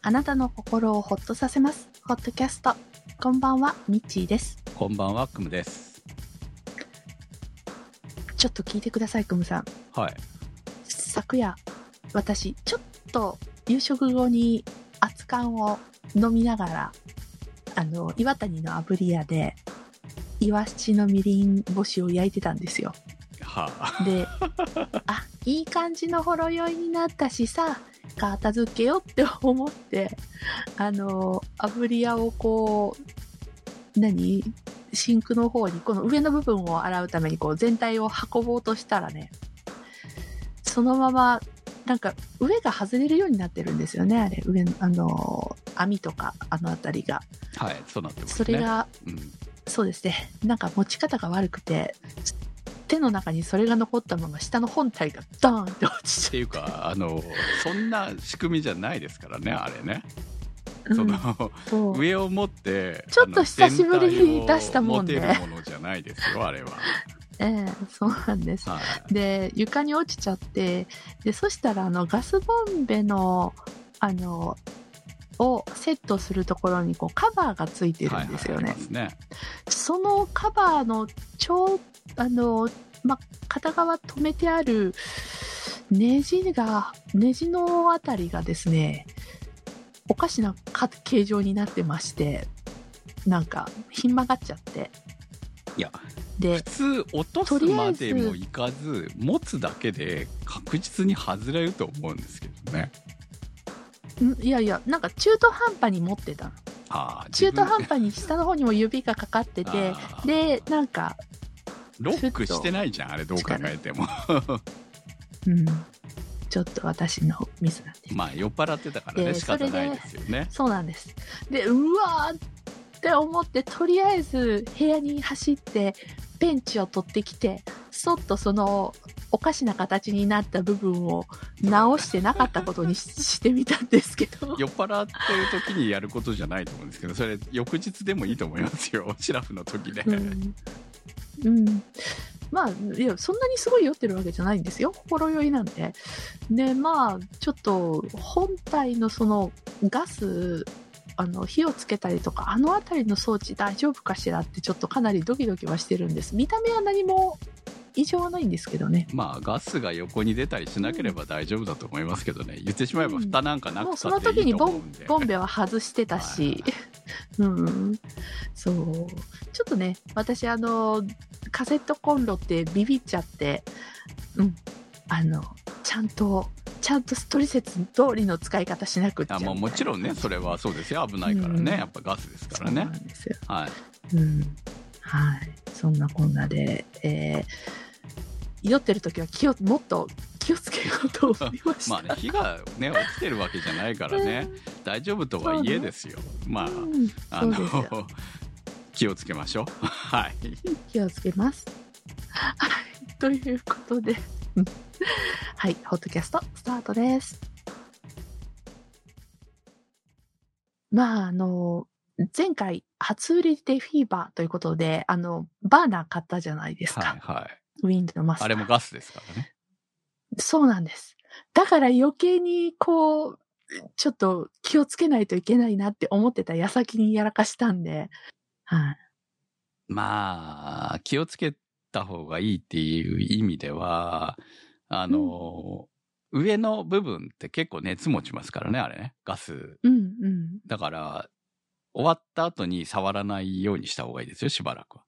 あなたの心をホッとさせますホットキャスト。こんばんは、ミッチーです。 こんばんは、クムです。 ちょっと聞いてください、クムさん。 はい。 昨夜私ちょっと夕食後に熱燗を飲みながら岩谷の炙り屋でイワシのみりん干しを焼いてたんですよ。 はあ、 でいい感じのほろ酔いになったしさ、片付けよって思って炙り屋をこうシンクの方にこの上の部分を洗うためにこう全体を運ぼうとしたらね、そのままなんか上が外れるようになってるんですよね。あれ上の網とかあたりが、 はい、そうなってますね。 それが、そうですね、なんか持ち方が悪くて手の中にそれが残ったまま下の本体がドーンって落ちて、 っていうかそんな仕組みじゃないですからね、あれね。上を持ってちょっと久しぶりに出したもんで、 持てるものじゃないですよ、あれは。 そうなんです、はい、で床に落ちちゃって、でそしたらガスボンベのをセットするところにこうカバーがついてるんですよね。そのカバーの片側止めてあるネジのあたりがですね、おかしな形状になってまして、なんかひん曲がっちゃって、 いやで普通落とすまでもいかず持つだけで確実に外れると思うんですけどね。 いやいや、なんか中途半端に持ってたの。中途半端に下の方にも指がかかってて、でなんかロックしてないじゃん、あれどう考えてもちょっと私のミスなんです。 まあ酔っ払ってたからね、仕方ないですよね。 そうなんです。でうわーって思って、とりあえず部屋に走ってペンチを取ってきて、そっとそのおかしな形になった部分を直してなかったことにしてみたんですけど酔っ払ってる時にやることじゃないと思うんですけど、それ翌日でもいいと思いますよ、シラフの時で。 まあいや、そんなにすごい酔ってるわけじゃないんですよ、ほろ酔いなんで。でまあちょっと本体のそのガス火をつけたりとかあたりの装置大丈夫かしらってちょっとかなりドキドキはしてるんです。見た目は何も異常はないんですけどね。 まあガスが横に出たりしなければ大丈夫だと思いますけどね。言ってしまえば蓋なんかなくたっていいと思うんで。 もうその時にボンベは外してたし、そうちょっとね、私カセットコンロってビビっちゃって、ちゃんとストリセツ通りの使い方しなくっちゃ。 もちろんね、それはそうですよ、危ないからね、やっぱガスですからね。 そうなんですよ。 はい、 はい、そんなこんなで、酔ってる時はもっと気をつけようと思いました。 まあね、火がね起きてるわけじゃないからね、大丈夫とはいえですよ。まあ気をつけましょう。はい。 気をつけます。はい、ということではい、ホットキャストスタートです。まあ前回初売りでフィーバーということでバーナー買ったじゃないですか。 はいはい。 ウィンドマスター。 あれもガスですからね。 そうなんです。だから余計にこうちょっと気をつけないといけないなって思ってた矢先にやらかしたんで、はい。 まあ気をつけた方がいいっていう意味では上の部分って結構熱持ちますからね、あれね、ガス。だから終わった後に触らないようにした方がいいですよ、しばらくは。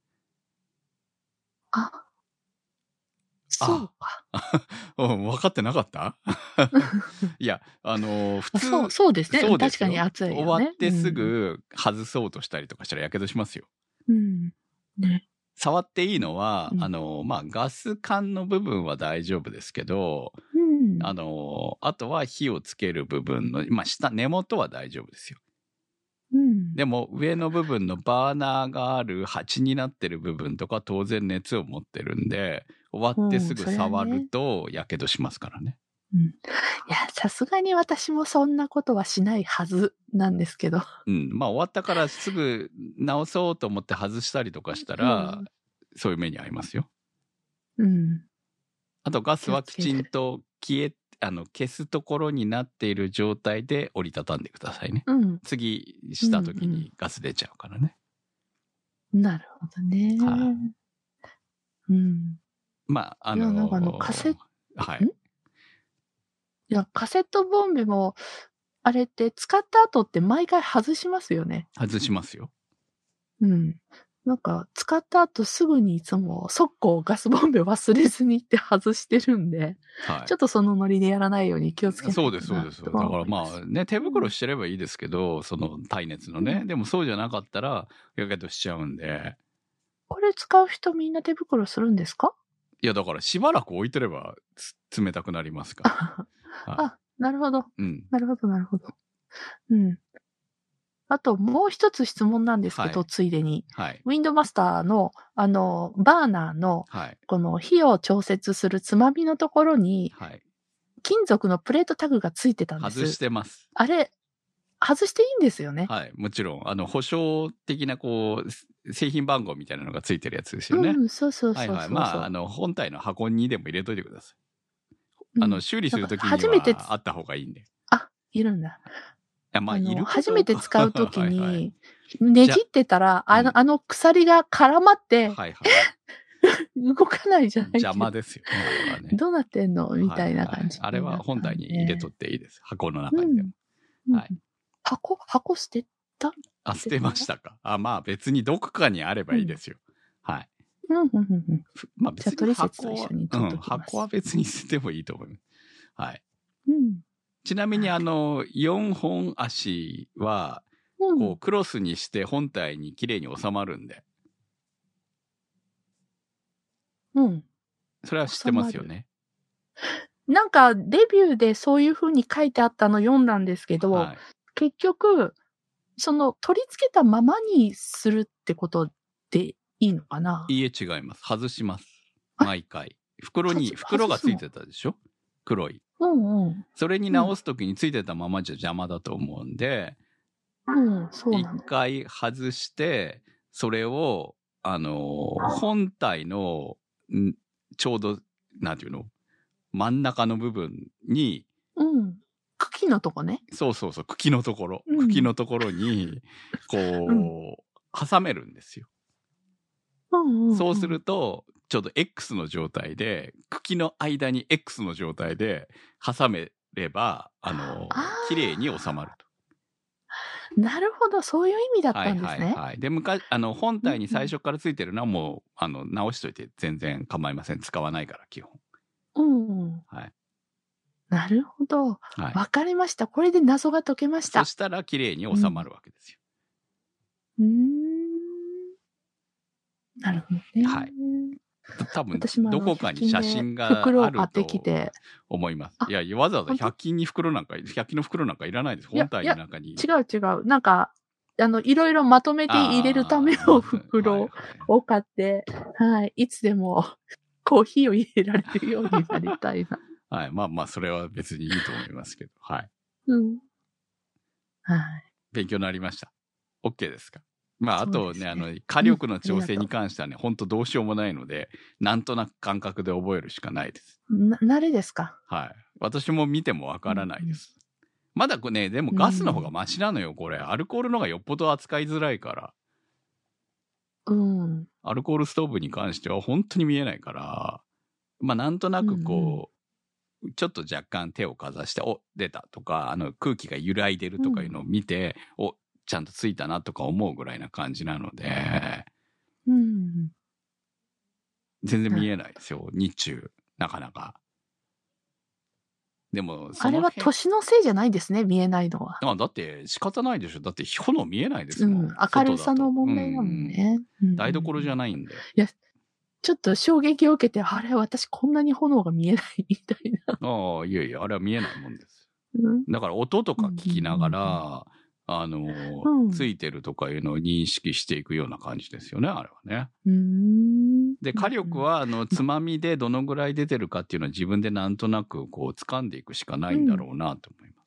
そうか。 分かってなかったいや、普通そうですね。確かに熱いよね。 終わってすぐ外そうとしたりとかしたらやけどしますよ。 ね。 触っていいのは、まあ、ガス管の部分は大丈夫ですけど、あとは火をつける部分の、まあ、根元は大丈夫ですよ。でも上の部分のバーナーがある鉢になってる部分とか当然熱を持ってるんで、終わってすぐ触るとやけどしますからね。 いや、さすがに私もそんなことはしないはずなんですけど。 まあ終わったからすぐ直そうと思って外したりとかしたら、そういう目に遭いますよ。 あとガスはきちんと消すところになっている状態で折りたたんでくださいね。次した時にガス出ちゃうからね。 なるほどね。 まあ、 いや、なんかカセット、 はい。 いや、カセットボンベも、あれって使った後って毎回外しますよね。 外しますよ。 なんか、使った後すぐにいつも速攻ガスボンベ忘れずにって外してるんで、ちょっとそのノリでやらないように気をつけないとな。 そうです。だからまあね、手袋してればいいですけど、その耐熱のね。でもそうじゃなかったら、やけどしちゃうんで。 これ使う人みんな手袋するんですか？ いや、だからしばらく置いてれば冷たくなりますから。 あ、なるほど。なるほど。あと、もう一つ質問なんですけど、ついでに。ウィンドマスターの、バーナーの、この火を調節するつまみのところに、金属のプレートタグがついてたんです。 外してます。 あれ、外していいんですよね。 はい、もちろん。保証的な、製品番号みたいなのがついてるやつですよね。 そう。 まあ、本体の箱にでも入れといてください。修理するときにはあった方がいいんで。 いるんだ。 まあ、いる初めて使うときに、ねじってたら、あの鎖が絡まって、動かないじゃないですか。 邪魔ですよね。 どうなってんのみたいな感じ。 あれは本体に入れとっていいです。箱の中にでも。 箱捨てた？ 捨てましたか。まあ別にどこかにあればいいですよ。はい。まあ別に箱は別に捨ててもいいと思います。はい。ちなみに4本足は、こうクロスにして本体に綺麗に収まるんで。それは知ってますよね。 なんか、レビューでそういう風に書いてあったの読んだんですけど、結局、取り付けたままにするってことでいいのかな？ いいえ、違います。外します。毎回。袋がついてたでしょ？黒い。それに直すときについてたままじゃ邪魔だと思うんで、一回外して、それを、本体の、ちょうど、なんていうの？真ん中の部分に、 茎のとこね。 そう。茎のところ。茎のところに、挟めるんですよ。そうすると、ちょうど X の状態で、茎の間に X の状態で挟めれば、綺麗に収まると。 なるほど、そういう意味だったんですね。 で、本体に最初からついてるのはもう、直しといて全然構いません。使わないから、基本。 なるほど。わかりました。これで謎が解けました。 そしたら綺麗に収まるわけですよ。 なるほどね。 はい。多分、どこかに写真があると思います。いや、わざわざ100均の袋なんかいらないです。本体の中に。 違う。なんか、いろいろまとめて入れるための袋を買って、いつでもコーヒーを入れられるようになりたいな。 まあ、それは別にいいと思いますけど。勉強になりました。OK ですか？まあ、あとね、火力の調整に関してはね、本当どうしようもないので、なんとなく感覚で覚えるしかないです。 慣れですか？ 私も見てもわからないです。まだね、でもガスの方がマシなのよ、これ。アルコールの方がよっぽど扱いづらいから。アルコールストーブに関しては本当に見えないから、まあ、なんとなくちょっと若干手をかざして、出たとか、空気が揺らいでるとかいうのを見て、ちゃんとついたなとか思うぐらいな感じなので、全然見えないですよ、日中。なかなか。でも、 あれは年のせいじゃないですね、見えないのは。 だって仕方ないでしょ。だって炎見えないですもん。 明るさの問題だもんね。 台所じゃないんで。 いや、ちょっと衝撃を受けて、あれ、私こんなに炎が見えないみたいな。 いや、あれは見えないもんです。だから音とか聞きながら、ついてるとかいうのを認識していくような感じですよね、あれはね。で、火力は、つまみでどのぐらい出てるかっていうのは自分でなんとなく、掴んでいくしかないんだろうなと思います。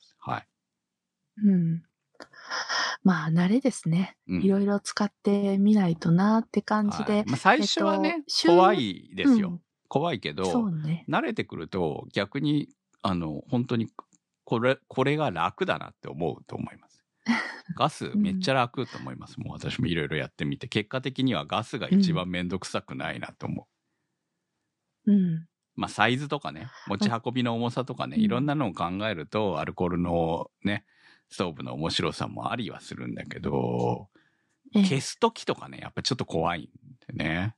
まあ、慣れですね。いろいろ使ってみないとなって感じで。 最初はね、怖いですよ。 怖いけど、 そうね。 慣れてくると逆に、本当にこれが楽だなって思うと思います。ガスめっちゃ楽と思います。もう私もいろいろやってみて、結果的にはガスが一番めんどくさくないなと思う。 うん。 まあサイズとかね、持ち運びの重さとかね、いろんなのを考えると、アルコールのね、ストーブの面白さもありはするんだけど、消すときとかね、やっぱちょっと怖いんでね。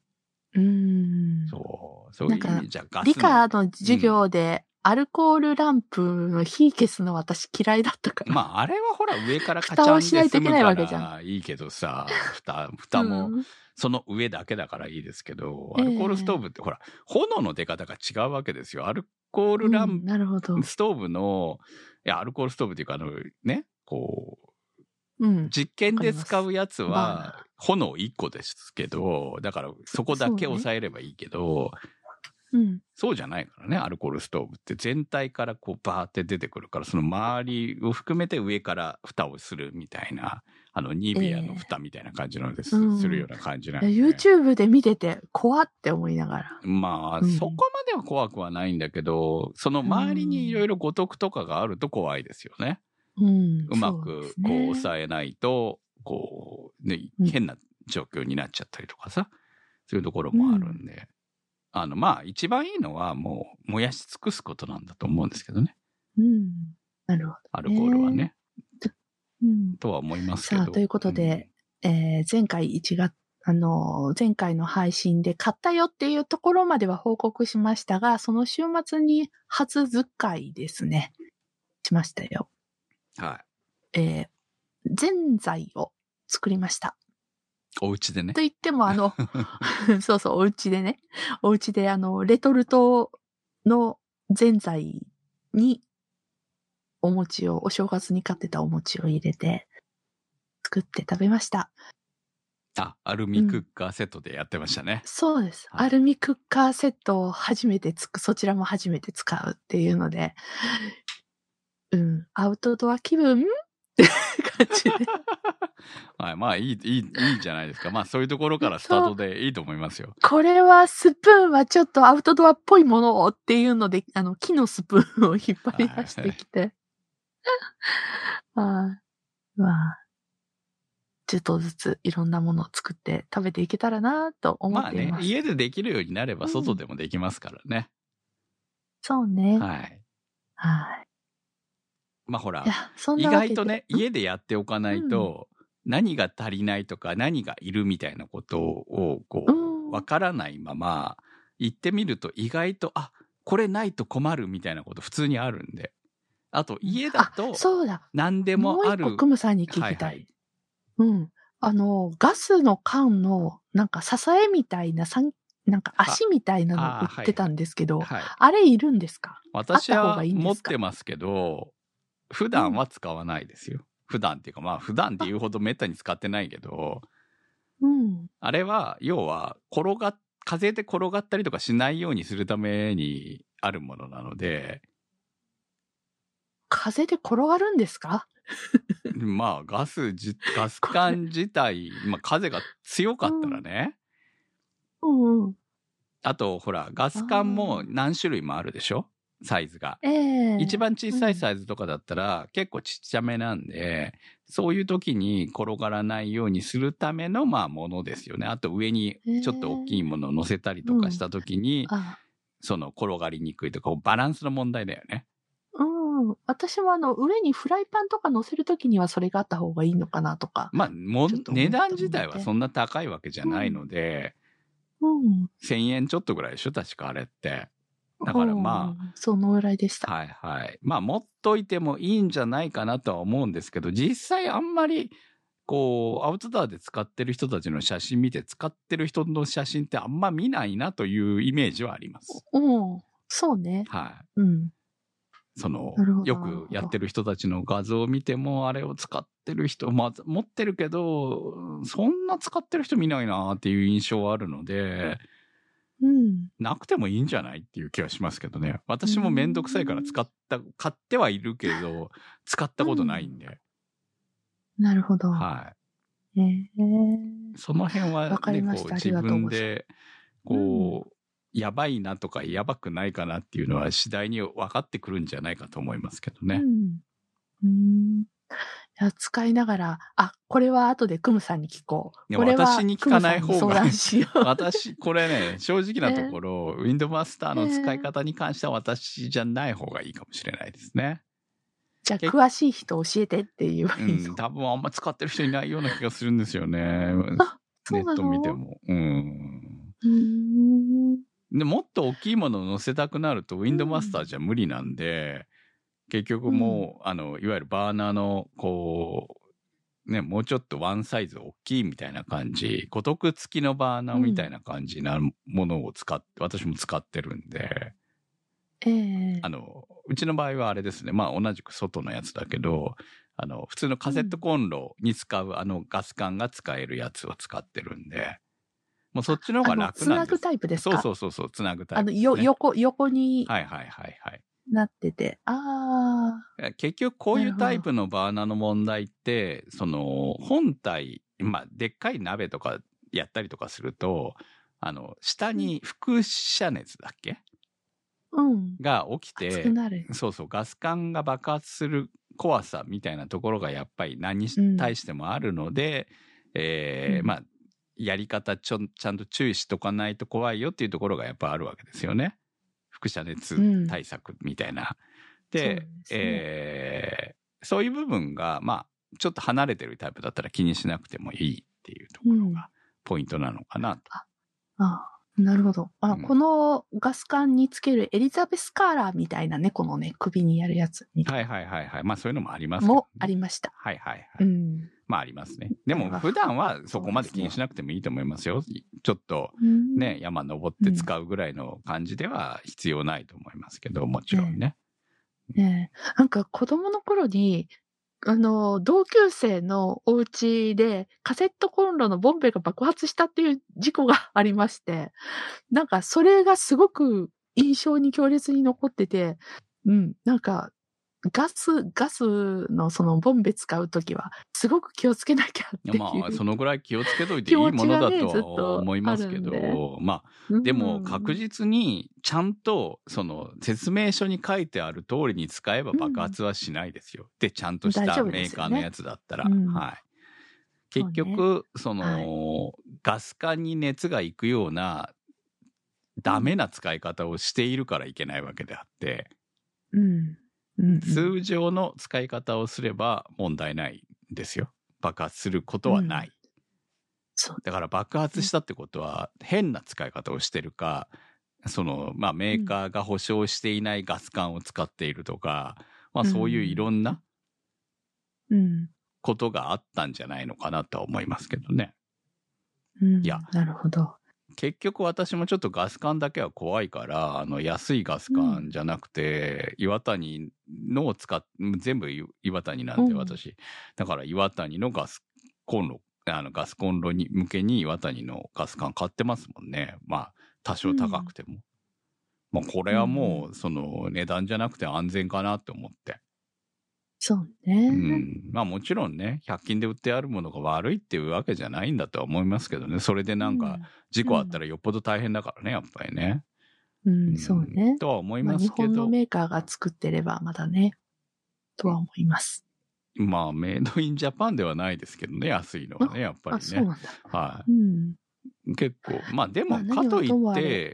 そういう意味じゃガスの。 理科の授業で、アルコールランプの火消すの私嫌いだったから。 まあ、あれはほら上からカチャンで済むからいいけどさ、蓋もその上だけだからいいですけど、アルコールストーブってほら、炎の出方が違うわけですよ。アルコールランプ、ストーブの、いや、アルコールストーブっていうかね、こう、実験で使うやつは炎1個ですけど、だからそこだけ抑えればいいけど、そうじゃないからね、アルコールストーブって全体からこうバーって出てくるから、その周りを含めて上から蓋をするみたいな、ニベアの蓋みたいな感じのするような感じなんで、 YouTube で見てて怖って思いながら。 まあ、そこまでは怖くはないんだけど、その周りにいろいろ誤読とかがあると怖いですよね。うまくこう抑えないと、こう、ね、変な状況になっちゃったりとかさ、そういうところもあるんで。まあ、一番いいのはもう燃やし尽くすことなんだと思うんですけどね。 なるほど。 アルコールはね。とは思いますけど。 さあ、ということで、前回前回の配信で買ったよっていうところまでは報告しましたが、その週末に初使いですね。しましたよ。 はい。 ぜんざいを作りました。 お家でね。 と言ってもそうそう、お家でね。お家でレトルトのぜんざいにお正月に買ってたお餅を入れて、作って食べました。 アルミクッカーセットでやってましたね。 そうです。アルミクッカーセットをそちらも初めて使うっていうので、アウトドア気分って感じで。 はい、まあいいじゃないですか。まあそういうところからスタートでいいと思いますよ。 これはスプーンはちょっとアウトドアっぽいものをっていうので、木のスプーンを引っ張り出してきて。まあ、ちょっとずついろんなものを作って食べていけたらなと思っています。 まあね、家でできるようになれば外でもできますからね。 そうね。 はい。まあほら、意外とね、家でやっておかないと、何が足りないとか何がいるみたいなことをこうわからないまま言ってみると意外とこれないと困るみたいなこと普通にあるんで、あと家だと何でもある。 もう一個クムさんに聞きたい。ガスの缶のなんか支えみたいななんか足みたいなの売ってたんですけど、あれいるんですか？ 私は持ってますけど、普段は使わないですよ。普段っていうかまあ普段っていうほどめったに使ってないけど、あれは要は風で転がったりとかしないようにするためにあるものなので。 風で転がるんですか？ まあガス管自体、まあ風が強かったらね。あとほらガス管も何種類もあるでしょ？サイズが。一番小さいサイズとかだったら結構ちっちゃめなんで、そういう時に転がらないようにするためのまあものですよね。あと上にちょっと大きいものを乗せたりとかした時に、その転がりにくいとかバランスの問題だよね。 私も上にフライパンとか乗せるときにはそれがあった方がいいのかなとか。 まあ値段自体はそんな高いわけじゃないので、1000円ちょっとぐらいでしょ確かあれって。だからまあ。 そのぐらいでした。 はいはい。まあ持っといてもいいんじゃないかなとは思うんですけど、実際あんまりこうアウトドアで使ってる人たちの写真見て使ってる人の写真ってあんま見ないなというイメージはあります。 そうね。 はい。よくやってる人たちの画像を見ても、あれを使ってる人、まあ持ってるけど、そんな使ってる人見ないなっていう印象はあるので、なくてもいいんじゃないっていう気はしますけどね。私もめんどくさいから買ってはいるけど、使ったことないんで。 なるほど。 はい。その辺はね、こう自分で、こう、 やばいなとかやばくないかなっていうのは次第に分かってくるんじゃないかと思いますけどね。 いや、使いながら、これは後でクムさんに聞こう。 でも私に聞かない方が、 私、 これね、正直なところ、ウィンドマスターの使い方に関しては私じゃない方がいいかもしれないですね。 じゃあ、詳しい人教えてって言えばいいの？ 多分あんま使ってる人いないような気がするんですよね。ネット見ても。でもっと大きいものを載せたくなると、ウィンドマスターじゃ無理なんで、結局もう、いわゆるバーナーの、こう、ね、もうちょっとワンサイズ大きいみたいな感じ、五徳付きのバーナーみたいな感じなものを私も使ってるんで、うちの場合はあれですね、まあ同じく外のやつだけど、普通のカセットコンロに使うガス管が使えるやつを使ってるんで、もうそっちの方が楽なんです。 つなぐタイプですか？ そう、つなぐタイプですね。 横に。 はい。 なってて。 結局こういうタイプのバーナーの問題って、その本体、まあでっかい鍋とかやったりとかすると、下に輻射熱だっけ？が起きて、そう、ガス管が爆発する怖さみたいなところがやっぱり何に対してもあるので、まあ、やり方ちゃんと注意しとかないと怖いよっていうところがやっぱあるわけですよね。輻射熱対策みたいな。で、そういう部分が、まあ、ちょっと離れてるタイプだったら気にしなくてもいいっていうところがポイントなのかなと。 なるほど。このガス管につけるエリザベスカーラーみたいなね、このね、首にやるやつみたいな。 はい。まあそういうのもありますけど、ね。 もありました。 はい。まあありますね。でも普段はそこまで気にしなくてもいいと思いますよ。ちょっとね、山登って使うぐらいの感じでは必要ないと思いますけど、もちろんね。 なんか子供の頃に、同級生のお家でカセットコンロのボンベが爆発したっていう事故がありまして、なんかそれがすごく印象に強烈に残ってて、なんかガスのそのボンベ使うときはすごく気をつけなきゃっていう。 まあそのぐらい気をつけといていいものだとは思いますけど、まあでも確実にちゃんとその説明書に書いてある通りに使えば爆発はしないですよ。でちゃんとしたメーカーのやつだったら、はい。結局そのガス管に熱が行くようなダメな使い方をしているからいけないわけであって。通常の使い方をすれば問題ないんですよ。爆発することはない。だから爆発したってことは変な使い方をしてるか、その、まあメーカーが保証していないガス管を使っているとか、まあそういういろんなことがあったんじゃないのかなとは思いますけどね。 いや、なるほど。 結局私もちょっとガス管だけは怖いから、安いガス管じゃなくて、岩谷のを全部岩谷なんで私。だから岩谷のガスコンロに向けに岩谷のガス管買ってますもんね。まあ、多少高くても。まあ、これはもう、その値段じゃなくて安全かなって思って。 そうね。 まあもちろんね、100均で売ってあるものが悪いっていうわけじゃないんだとは思いますけどね。それでなんか事故あったらよっぽど大変だからね、やっぱりね。 そうね。 とは思いますけど。 日本のメーカーが作ってればまだね、とは思います。 まあ、メイドインジャパンではないですけどね、安いのはね、やっぱりね。 そうなんだ。 はい。結構、まあでも、かといって、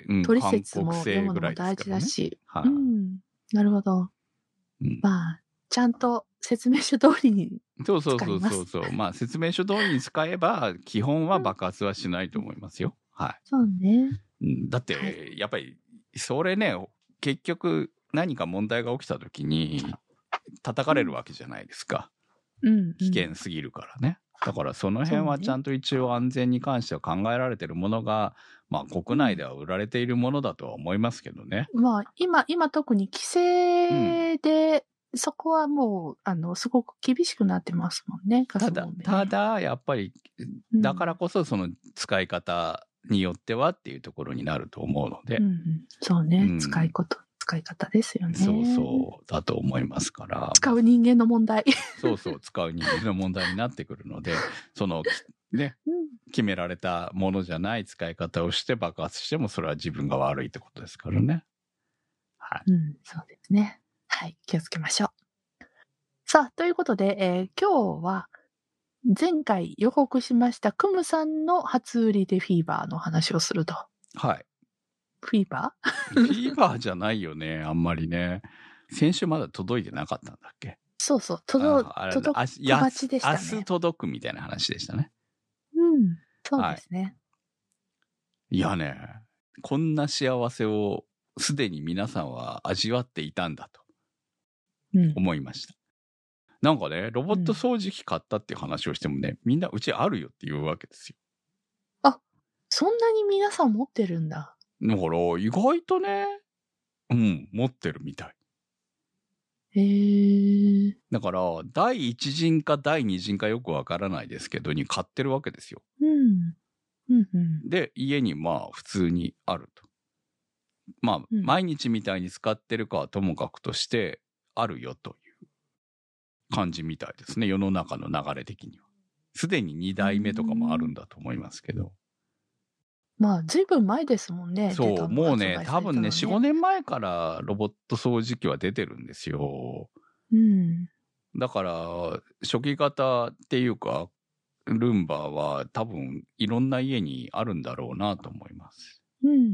韓国製ぐらいですからね。大事だし。なるほど。まあ、ちゃんと説明書通りに使います。 そう。まあ、説明書通りに使えば、基本は爆発はしないと思いますよ。はい。 そうね。 だって、やっぱり、それね、結局、何か問題が起きたときに、叩かれるわけじゃないですか。危険すぎるからね。だから、その辺はちゃんと一応安全に関しては考えられてるものが、まあ、国内では売られているものだとは思いますけどね。 まあ、今特に規制で、そこはもう、すごく厳しくなってますもんね、 ただ、やっぱり、だからこそ、その使い方によってはっていうところになると思うので。 そうね、使い方ですよね。 そう、だと思いますから。 使う人間の問題。 そう、使う人間の問題になってくるので、その、 ね、決められたものじゃない使い方をして爆発してもそれは自分が悪いってことですからね。はい。 そうですね。はい。気をつけましょう。さあ、ということで、今日は前回予告しましたクムさんの初売りでフィーバーの話をすると。 はい。 フィーバーフィーバーじゃないよね、あんまりね。先週まだ届いてなかったんだっけ？ そうそう、届く待ちでしたね。 明日届くみたいな話でしたね。 そうですね。 はい、いやね、こんな幸せをすでに皆さんは味わっていたんだと思いました。なんかね、ロボット掃除機買ったっていう話をしてもね、みんなうちあるよって言うわけですよ。 あ、そんなに皆さん持ってるんだ。 だから意外とね、持ってるみたい。だから第一陣か第二陣かよくわからないですけどに買ってるわけですよ。で家にまあ普通にあると。まあ、毎日みたいに使ってるかはともかくとしてあるよという感じみたいですね、世の中の流れ的には。すでに2代目とかもあるんだと思いますけど。 まあ、ずいぶん前ですもんね。 そう、もうね、多分ね、4、5年前からロボット掃除機は出てるんですよ。だから、初期型っていうか、ルンバは多分いろんな家にあるんだろうなと思います。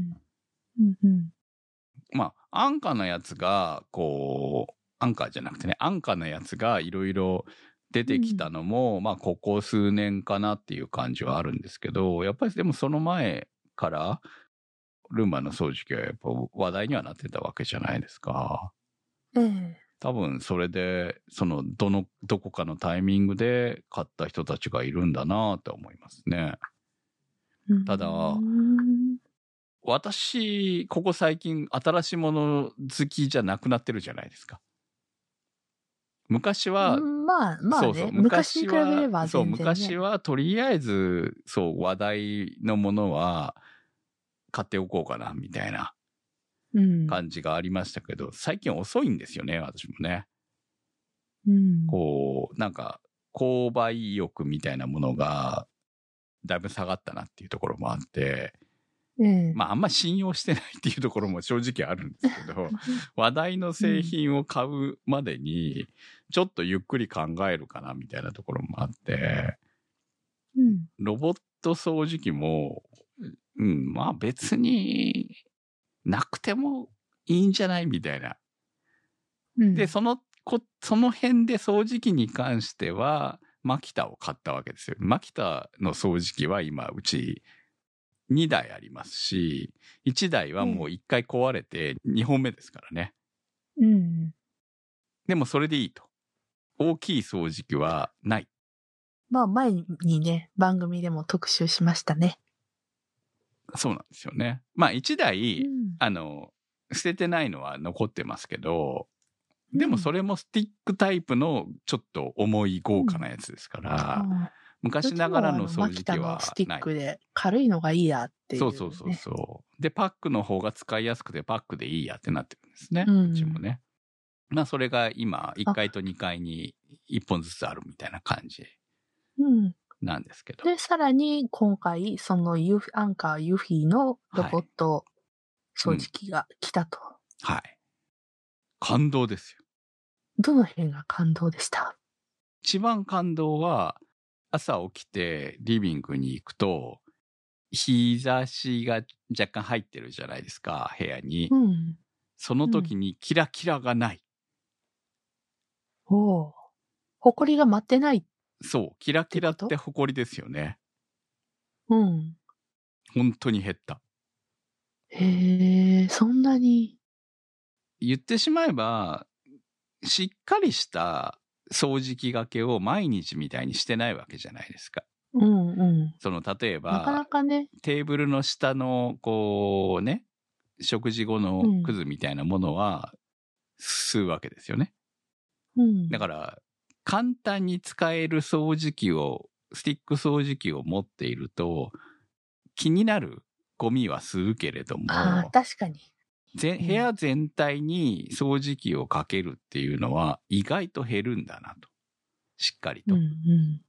まあ、安価なやつが、安価じゃなくてね、安価なやつがいろいろ出てきたのも、まあ、ここ数年かなっていう感じはあるんですけど、やっぱりでもその前から、ルンバの掃除機はやっぱ話題にはなってたわけじゃないですか。多分それで、どこかのタイミングで買った人たちがいるんだなと思いますね。ただ、私、ここ最近新しいもの好きじゃなくなってるじゃないですか。昔は、 昔に比べれば全然ね。 昔はとりあえず、話題のものは買っておこうかな、みたいな感じがありましたけど、最近遅いんですよね、私もね。なんか、購買意欲みたいなものが、だいぶ下がったなっていうところもあって、まあ、あんま信用してないっていうところも正直あるんですけど、話題の製品を買うまでに、ちょっとゆっくり考えるかなみたいなところもあって、ロボット掃除機も、まあ別になくてもいいんじゃないみたいな。で、その辺で掃除機に関しては、マキタを買ったわけですよ。マキタの掃除機は今、うち、2台ありますし、1台はもう1回壊れて2本目ですからね。でもそれでいいと。大きい掃除機はない。 まあ前にね、番組でも特集しましたね。 そうなんですよね。まあ1台、捨ててないのは残ってますけど、でもそれもスティックタイプのちょっと重い豪華なやつですから、昔ながらの掃除機はない。マキタのスティックで軽いのがいいやっていう、ね。 そう。で、パックの方が使いやすくてパックでいいやってなってるんですね。うちもね。まあそれが今、1階と2階に1本ずつあるみたいな感じなんですけど。 で、さらに今回、そのアンカーユフィのロボット掃除機が来たと。 はい。感動ですよ。 どの辺が感動でした？ 一番感動は、朝起きてリビングに行くと、日差しが若干入ってるじゃないですか、部屋に。その時にキラキラがない。 埃が舞ってない。 そう、キラキラって埃ですよね。本当に減った。 へえ、そんなに。 言ってしまえば、しっかりした掃除機がけを毎日みたいにしてないわけじゃないですか。例えば、 なかなかね、 テーブルの下の、食事後のくずみたいなものは吸うわけですよね。だから、簡単に使える掃除機を、スティック掃除機を持っていると、気になるゴミは吸うけれども、 確かに。 部屋全体に掃除機をかけるっていうのは意外と減るんだなと。しっかりと。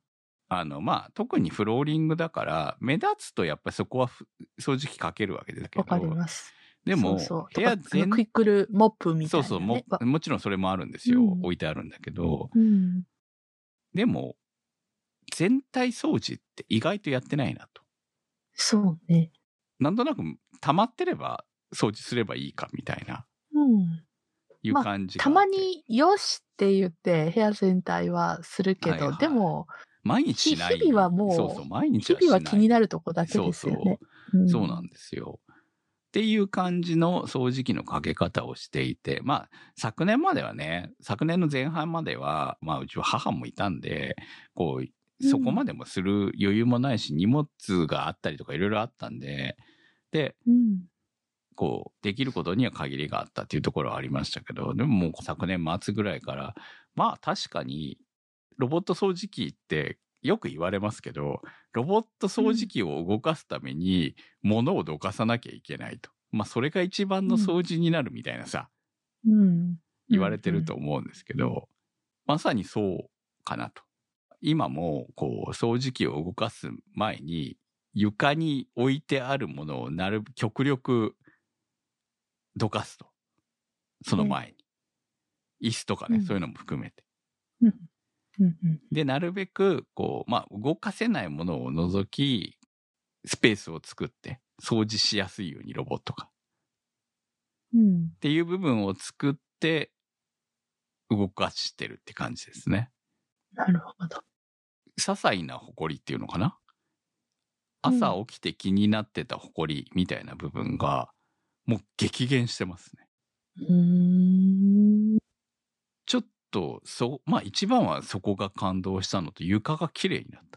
まあ、特にフローリングだから、目立つとやっぱりそこは掃除機かけるわけですけど。 わかります。 でも、 そう部屋全クイックルモップみたいな、ね。 そうもちろんそれもあるんですよ。置いてあるんだけど。でも、全体掃除って意外とやってないなと。 そうね。 なんとなく溜まってれば掃除すればいいかみたいな。いう感じが、 たまによしって言って部屋全体はするけど、でも、 毎日しない。 日々はもう、 毎日はしない。 日々は気になるとこだけですよね。 そうなんですよ。っていう感じの掃除機のかけ方をしていて、まあ、昨年まではね、昨年の前半までは、まあ、うちは母もいたんで、こう、そこまでもする余裕もないし、荷物があったりとかいろいろあったんで、で、こう、できることには限りがあったっていうところはありましたけど、でももう昨年末ぐらいから、まあ確かに、ロボット掃除機ってよく言われますけど、ロボット掃除機を動かすために物をどかさなきゃいけないと。まあそれが一番の掃除になるみたいなさ、言われてると思うんですけど、まさにそうかなと。今もこう掃除機を動かす前に床に置いてあるものを極力どかすと。その前に。椅子とかね、そういうのも含めて。で、なるべく、こう、まあ、動かせないものを除き、スペースを作って、掃除しやすいようにロボットが。っていう部分を作って、動かしてるって感じですね。 なるほど。 些細な埃っていうのかな？朝起きて気になってた埃みたいな部分が、もう激減してますね。ちょっと、まあ一番はそこが感動したのと床が綺麗になった。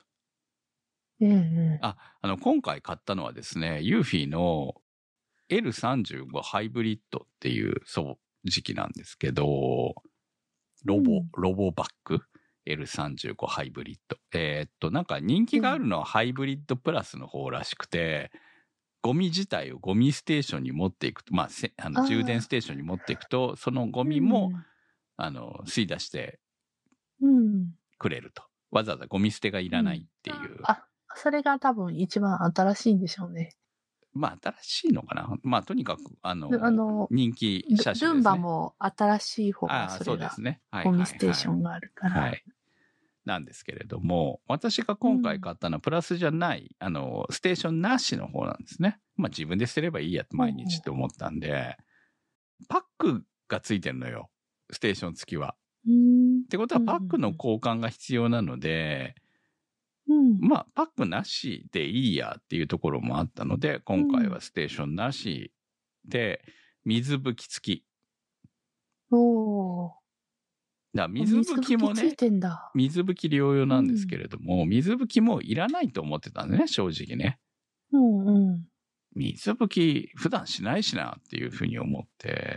今回買ったのはですね、ユーフィーの L35 ハイブリッドっていう掃除機なんですけど、ロボバッグ L35 ハイブリッド。なんか人気があるのはハイブリッドプラスの方らしくて、ゴミ自体をゴミステーションに持っていくと、まあ、充電ステーションに持っていくと、そのゴミも、吸い出してくれると。わざわざゴミ捨てがいらないっていう。 それが多分一番新しいんでしょうね。 まあ、新しいのかな。まあ、とにかく、人気車種ですね。 ルンバも新しい方がそれが、 そうですね。 ゴミステーションがあるから。 なんですけれども、私が今回買ったのはプラスじゃない、ステーションなしの方なんですね。まあ自分で捨てればいいや、毎日って思ったんで、パックがついてるのよ。ステーション付きは。ってことはパックの交換が必要なので、まあパックなしでいいやっていうところもあったので、今回はステーションなしで、水拭き付き。だ水拭きもね、水拭き療養なんですけれども、水拭きもいらないと思ってたんでね、正直ね。水拭き普段しないしなっていうふうに思って、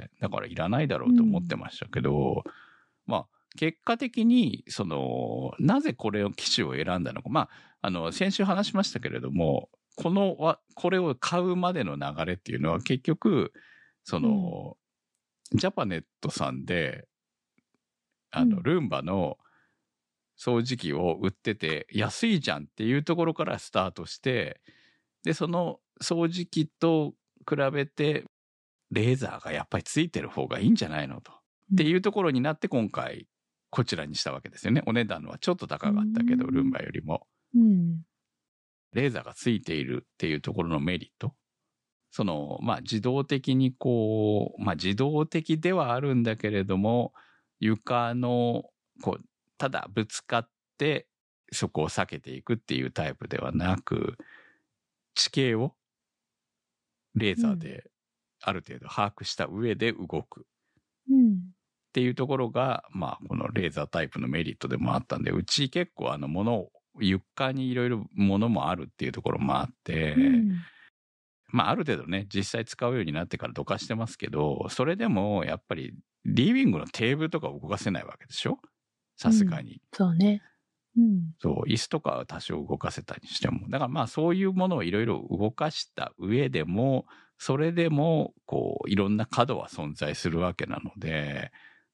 だからいらないだろうと思ってましたけど、まあ、結果的に、なぜこれを機種を選んだのか。まあ、先週話しましたけれども、これを買うまでの流れっていうのは結局、ジャパネットさんで、ルンバの掃除機を売ってて安いじゃんっていうところからスタートして、で、その掃除機と比べてレーザーがやっぱりついてる方がいいんじゃないのと。っていうところになって今回こちらにしたわけですよね。お値段はちょっと高かったけど、ルンバよりも。レーザーがついているっていうところのメリット。まあ自動的にまあ自動的ではあるんだけれども、床の、ただぶつかってそこを避けていくっていうタイプではなく、地形をレーザーである程度把握した上で動く。っていうところが、まあこのレーザータイプのメリットでもあったんで、うち結構床にいろいろ物もあるっていうところもあって、まあある程度ね、実際使うようになってからどかしてますけど、それでもやっぱりリビングのテーブルとか動かせないわけでしょ？さすがに。 そうね。 そう、椅子とかは多少動かせたりしても。だからまあそういうものをいろいろ動かした上でも、それでも、いろんな角は存在するわけなので、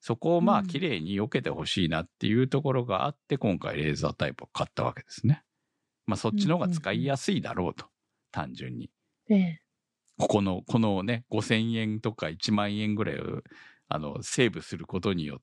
そこをまあ綺麗に避けてほしいなっていうところがあって、今回レーザータイプを買ったわけですね。まあそっちの方が使いやすいだろうと、単純に。このね、5000円とか1万円ぐらいを、セーブすることによって、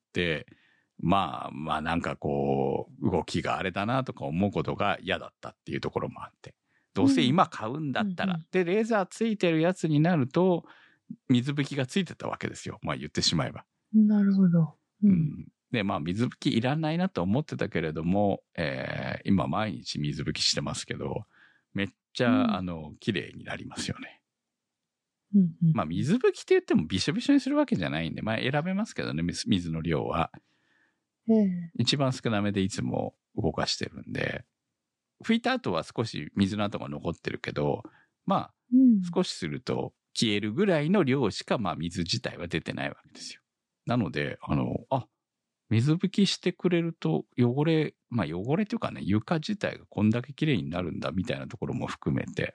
まあなんかこう、動きがあれだなとか思うことが嫌だったっていうところもあって。どうせ今買うんだったら。で、レーザーついてるやつになると、水拭きがついてたわけですよ。まあ言ってしまえば。 なるほど。 で、まあ水拭きいらないなと思ってたけれども、今毎日水拭きしてますけど、めっちゃ、綺麗になりますよね。まあ水拭きって言ってもびしょびしょにするわけじゃないんで、まあ選べますけどね、水の量は。一番少なめでいつも動かしてるんで、拭いた後は少し水の跡が残ってるけど、まあ、少しすると消えるぐらいの量しか、まあ水自体は出てないわけですよ。なので、水拭きしてくれると汚れというかね、床自体がこんだけ綺麗になるんだみたいなところも含めて、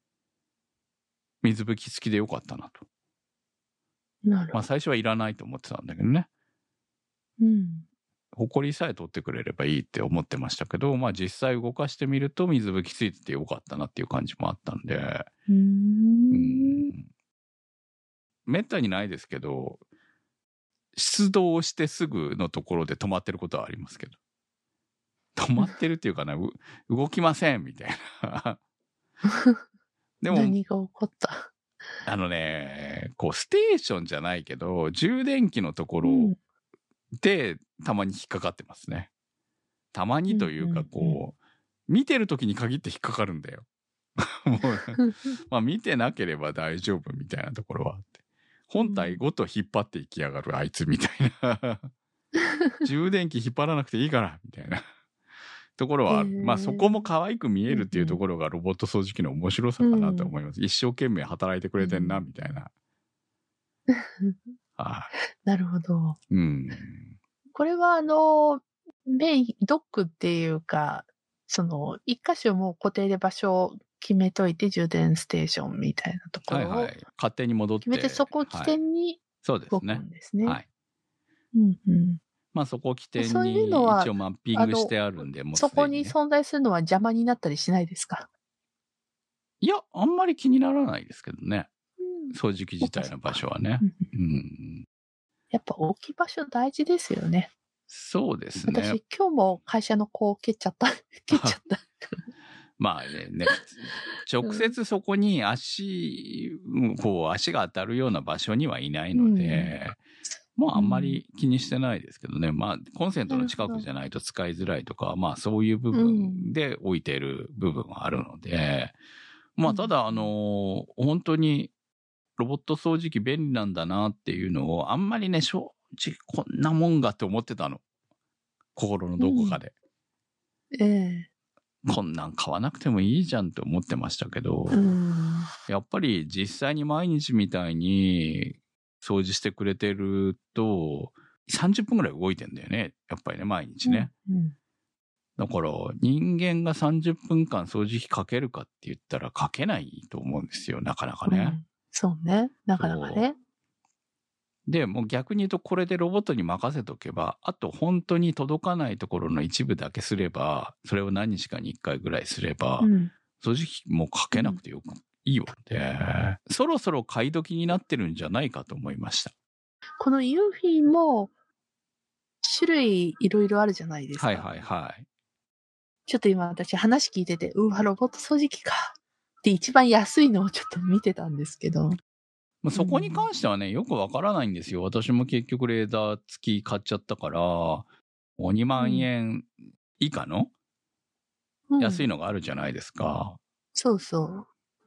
水拭き付きでよかったなと。まあ最初はいらないと思ってたんだけどね。ほこりさえ取ってくれればいいって思ってましたけど、まあ実際動かしてみると水拭きついててよかったなっていう感じもあったんで。めったにないですけど、出動してすぐのところで止まってることはありますけど。止まってるっていうかな、動きませんみたいな。でも、 何が起こった？ こう、ステーションじゃないけど、充電器のところで、たまに引っかかってますね。たまにというか、こう、見てる時に限って引っかかるんだよ。もう、まあ見てなければ大丈夫みたいなところはあって。本体ごと引っ張っていきやがる、あいつみたいな。充電器引っ張らなくていいから、みたいな。ところはある。まあそこも可愛く見えるっていうところがロボット掃除機の面白さかなと思います。一生懸命働いてくれてんな、みたいな。 なるほど。これはメイン、ドックっていうか、一箇所も固定で場所を決めといて充電ステーションみたいなところを勝手に戻って決めて、そこを起点に動くんですね。 まあそこを起点に一応マッピングしてあるんで、もうそこに存在するのは邪魔になったりしないですか？ いや、あんまり気にならないですけどね。掃除機自体の場所はね。 やっぱ置き場所大事ですよね。 そうですね。 私今日も会社の子を蹴っちゃった。 まあね、直接そこに足が当たるような場所にはいないので、もうあんまり気にしてないですけどね。まあ、コンセントの近くじゃないと使いづらいとか、まあそういう部分で置いている部分はあるので、まあただ本当にロボット掃除機便利なんだなっていうのをあんまりね、正直こんなもんがって思ってたの。心のどこかで。こんなん買わなくてもいいじゃんって思ってましたけど、やっぱり実際に毎日みたいに掃除してくれてると、30分ぐらい動いてんだよね。やっぱりね、毎日ね。だから、人間が30分間掃除機かけるかって言ったらかけないと思うんですよ、なかなかね。 そうね。なかなかね。 で、もう逆に言うとこれでロボットに任せとけば、あと本当に届かないところの一部だけすれば、それを何日かに1回ぐらいすれば、掃除機もかけなくてよくいいわけで、そろそろ買い時になってるんじゃないかと思いました。 このユーフィンも種類いろいろあるじゃないですか。ちょっと今私話聞いてて、ロボット掃除機かって一番安いのをちょっと見てたんですけど。 そこに関してはね、よくわからないんですよ。私も結局レーザー付き買っちゃったから、2万円以下の安いのがあるじゃないですか。 そうそう。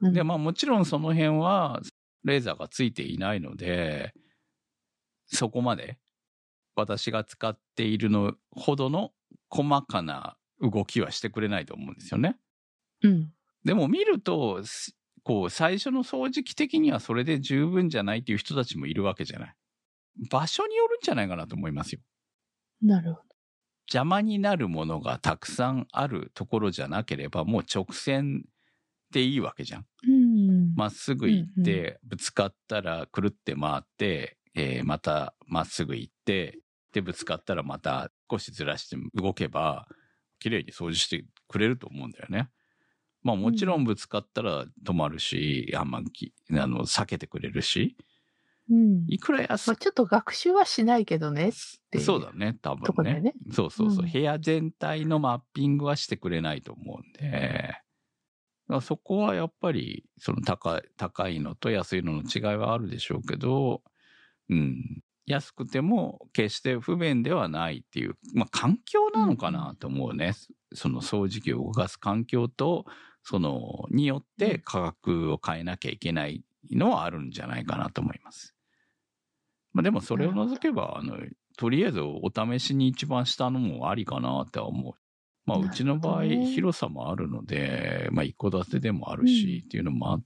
で、まあもちろんその辺はレーザーが付いていないので、そこまで私が使っているのほどの細かな動きはしてくれないと思うんですよね。でも見ると、最初の掃除機的にはそれで十分じゃないっていう人たちもいるわけじゃない。場所によるんじゃないかなと思いますよ。 なるほど。 邪魔になるものがたくさんあるところじゃなければ、もう直線でいいわけじゃん。まっすぐ行って、ぶつかったらくるって回って、またまっすぐ行って、 でぶつかったらまた少しずらして動けば綺麗に掃除してくれると思うんだよね。まあもちろんぶつかったら止まるし、避けてくれるし、いくら安く、 ちょっと学習はしないけどねっていう。 そうだね、多分ね。そう、部屋全体のマッピングはしてくれないと思うんで、そこはやっぱりその高いのと安いのの違いはあるでしょうけど、安くても決して不便ではないっていう、まあ環境なのかなと思うね。その掃除機を動かす環境と、によって価格を変えなきゃいけないのはあるんじゃないかなと思います。まあでもそれを除けば、とりあえずお試しに一番下のもありかなって思う。まあうちの場合、広さもあるので、まあ一戸建てでもあるしっていうのもあって、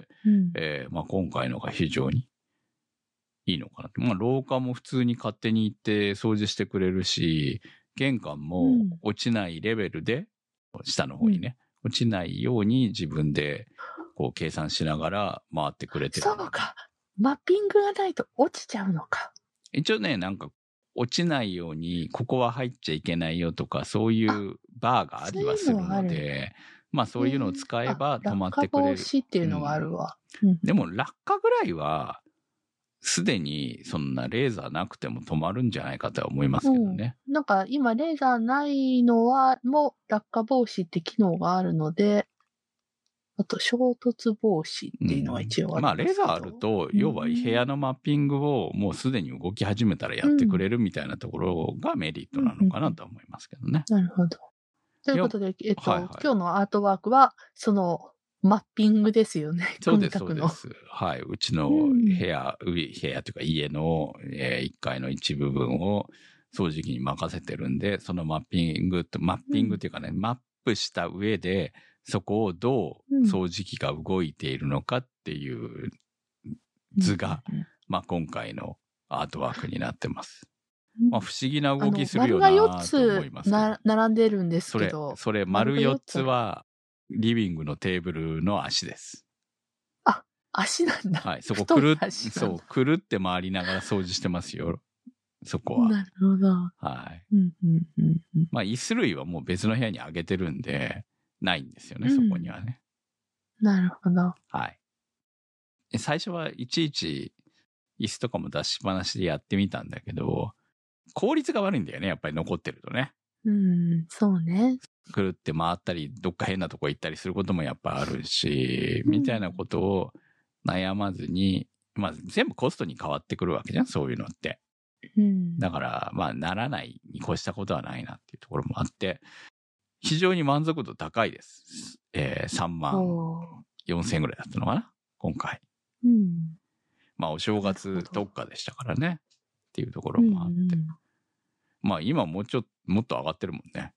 まあ今回のが非常にいいのかなって。まあ廊下も普通に勝手に行って掃除してくれるし、玄関も落ちないレベルで、下の方にね、落ちないように自分でこう計算しながら回ってくれてる。 そうか。マッピングがないと落ちちゃうのか。 一応ね、なんか落ちないように、ここは入っちゃいけないよとか、そういうバーがありはするので、まあそういうのを使えば止まってくれる。 落下防止っていうのがあるわ。 でも落下ぐらいは、すでにそんなレーザーなくても止まるんじゃないかとは思いますけどね。 なんか今レーザーないのは、もう落下防止って機能があるので、あと衝突防止っていうのが一応ある、 まあレーザーあると、要は部屋のマッピングをもうすでに動き始めたらやってくれるみたいなところがメリットなのかなと思いますけどね。 なるほど。ということで、今日のアートワークは、そのマッピングですよね。 そうです、そうです。はい。うちの部屋というか家の1階の一部分を掃除機に任せてるんで、そのマッピングっていうかね、マップした上で、そこをどう掃除機が動いているのかっていう図が、まあ今回のアートワークになってます。まあ不思議な動きするよなと思いますけど。 丸が4つ並んでるんですけど。 それ丸4つはリビングのテーブルの足です。 あ、足なんだ。 はい。そこくるって回りながら掃除してますよ。そこは。 なるほど。 はい。まあ椅子類はもう別の部屋にあげてるんで、ないんですよね、そこにはね。 なるほど。 はい。最初はいちいち椅子とかも出しっぱなしでやってみたんだけど、効率が悪いんだよね、やっぱり残ってるとね。 そうね。 くるって回ったり、どっか変なとこ行ったりすることもやっぱあるし、みたいなことを悩まずに、まあ全部コストに変わってくるわけじゃん、そういうのって。だから、まあならないに越したことはないなっていうところもあって、非常に満足度高いです。3万4000円ぐらいだったのかな今回。まあお正月特価でしたからね。っていうところもあって。まあ今もっと上がってるもんね。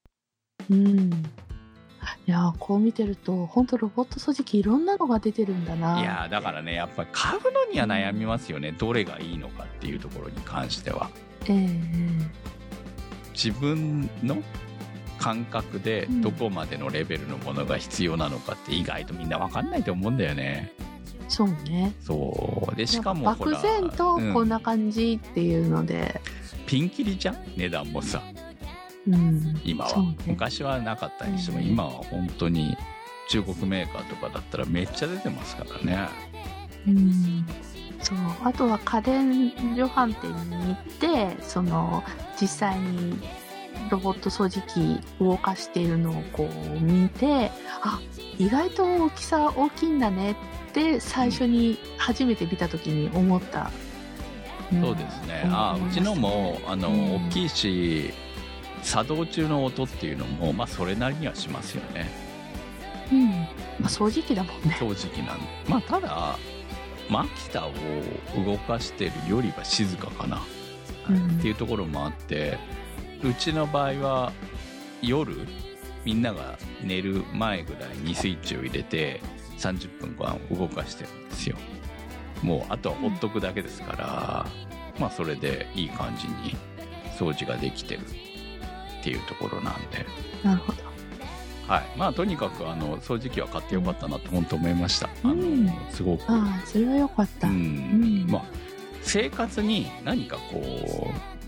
いやこう見てると本当ロボット掃除機いろんなのが出てるんだな。 いやだからねやっぱり買うのには悩みますよね。どれがいいのかっていうところに関しては。自分の感覚でどこまでのレベルのものが必要なのかって意外とみんな分かんないと思うんだよね。 そうね。 そうでしかもほら漠然とこんな感じっていうので、 ピンキリじゃん値段もさ、今は、昔はなかったにしても、今は本当に中国メーカーとかだったらめっちゃ出てますからね。 そうあとは家電量販店に行って実際にロボット掃除機動かしているのをこう見て、あ、意外と大きさ大きいんだねって最初に初めて見た時に思った。 そうですね。うちのも大きいし作動中の音っていうのもまあそれなりにはしますよね。 まあ、掃除機だもんね。 掃除機なんで。まあただマキタを動かしてるよりは静かかな、っていうところもあって。うちの場合は夜みんなが寝る前ぐらいにスイッチを入れて30分間動かしてるんですよ。もうあとはほっとくだけですから、まあそれでいい感じに掃除ができてるっていうところなんで。 なるほど。 はい。まあとにかく掃除機は買ってよかったなと本当思いました。すごく。 それはよかった。 まあ生活に何かこう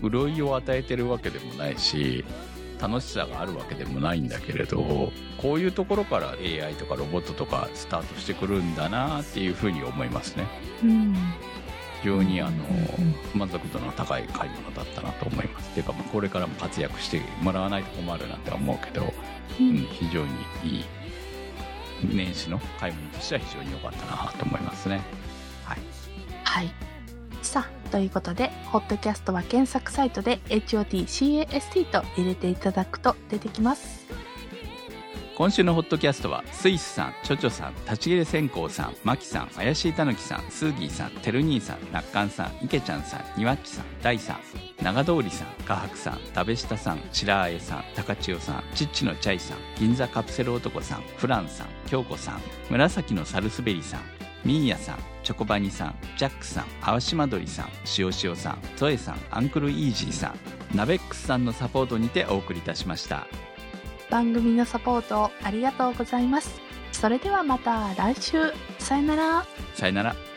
潤いを与えてるわけでもないし、楽しさがあるわけでもないんだけれど、こういうところから AI とかロボットとかスタートしてくるんだなっていうふうに思いますね。非常に満足度の高い買い物だったなと思います。ていうかこれからも活躍してもらわないと困るなんて思うけど、非常にいい年始の買い物としては非常に良かったなと思いますね。はい、 はい、さあということで、ホットキャストは検索サイトで HOTCAST と入れていただくと出てきます。 今週のホットキャストはスイスさん、チョチョさん、立ち切れ線香さん、マキさん、怪しいたぬきさん、スーギーさん、てる兄さん、なっかんさん、いけちゃんさん、にわっちさん、大さん、長通りさん、かはくさん、たべしたさん、しらあえさん、たかちよさん、ちっちのチャイさん、銀座カプセル男さん、フランさん、京子さん、紫のサルスベリさん、ミーヤさん、チョコバニさん、ジャックさん、あわしまどりさん、しおしおさん、ゾエさん、アンクルイージーさん、ナベックスさんのサポートにてお送りいたしました。 番組のサポートありがとうございます。それではまた来週。さよなら。 さよなら。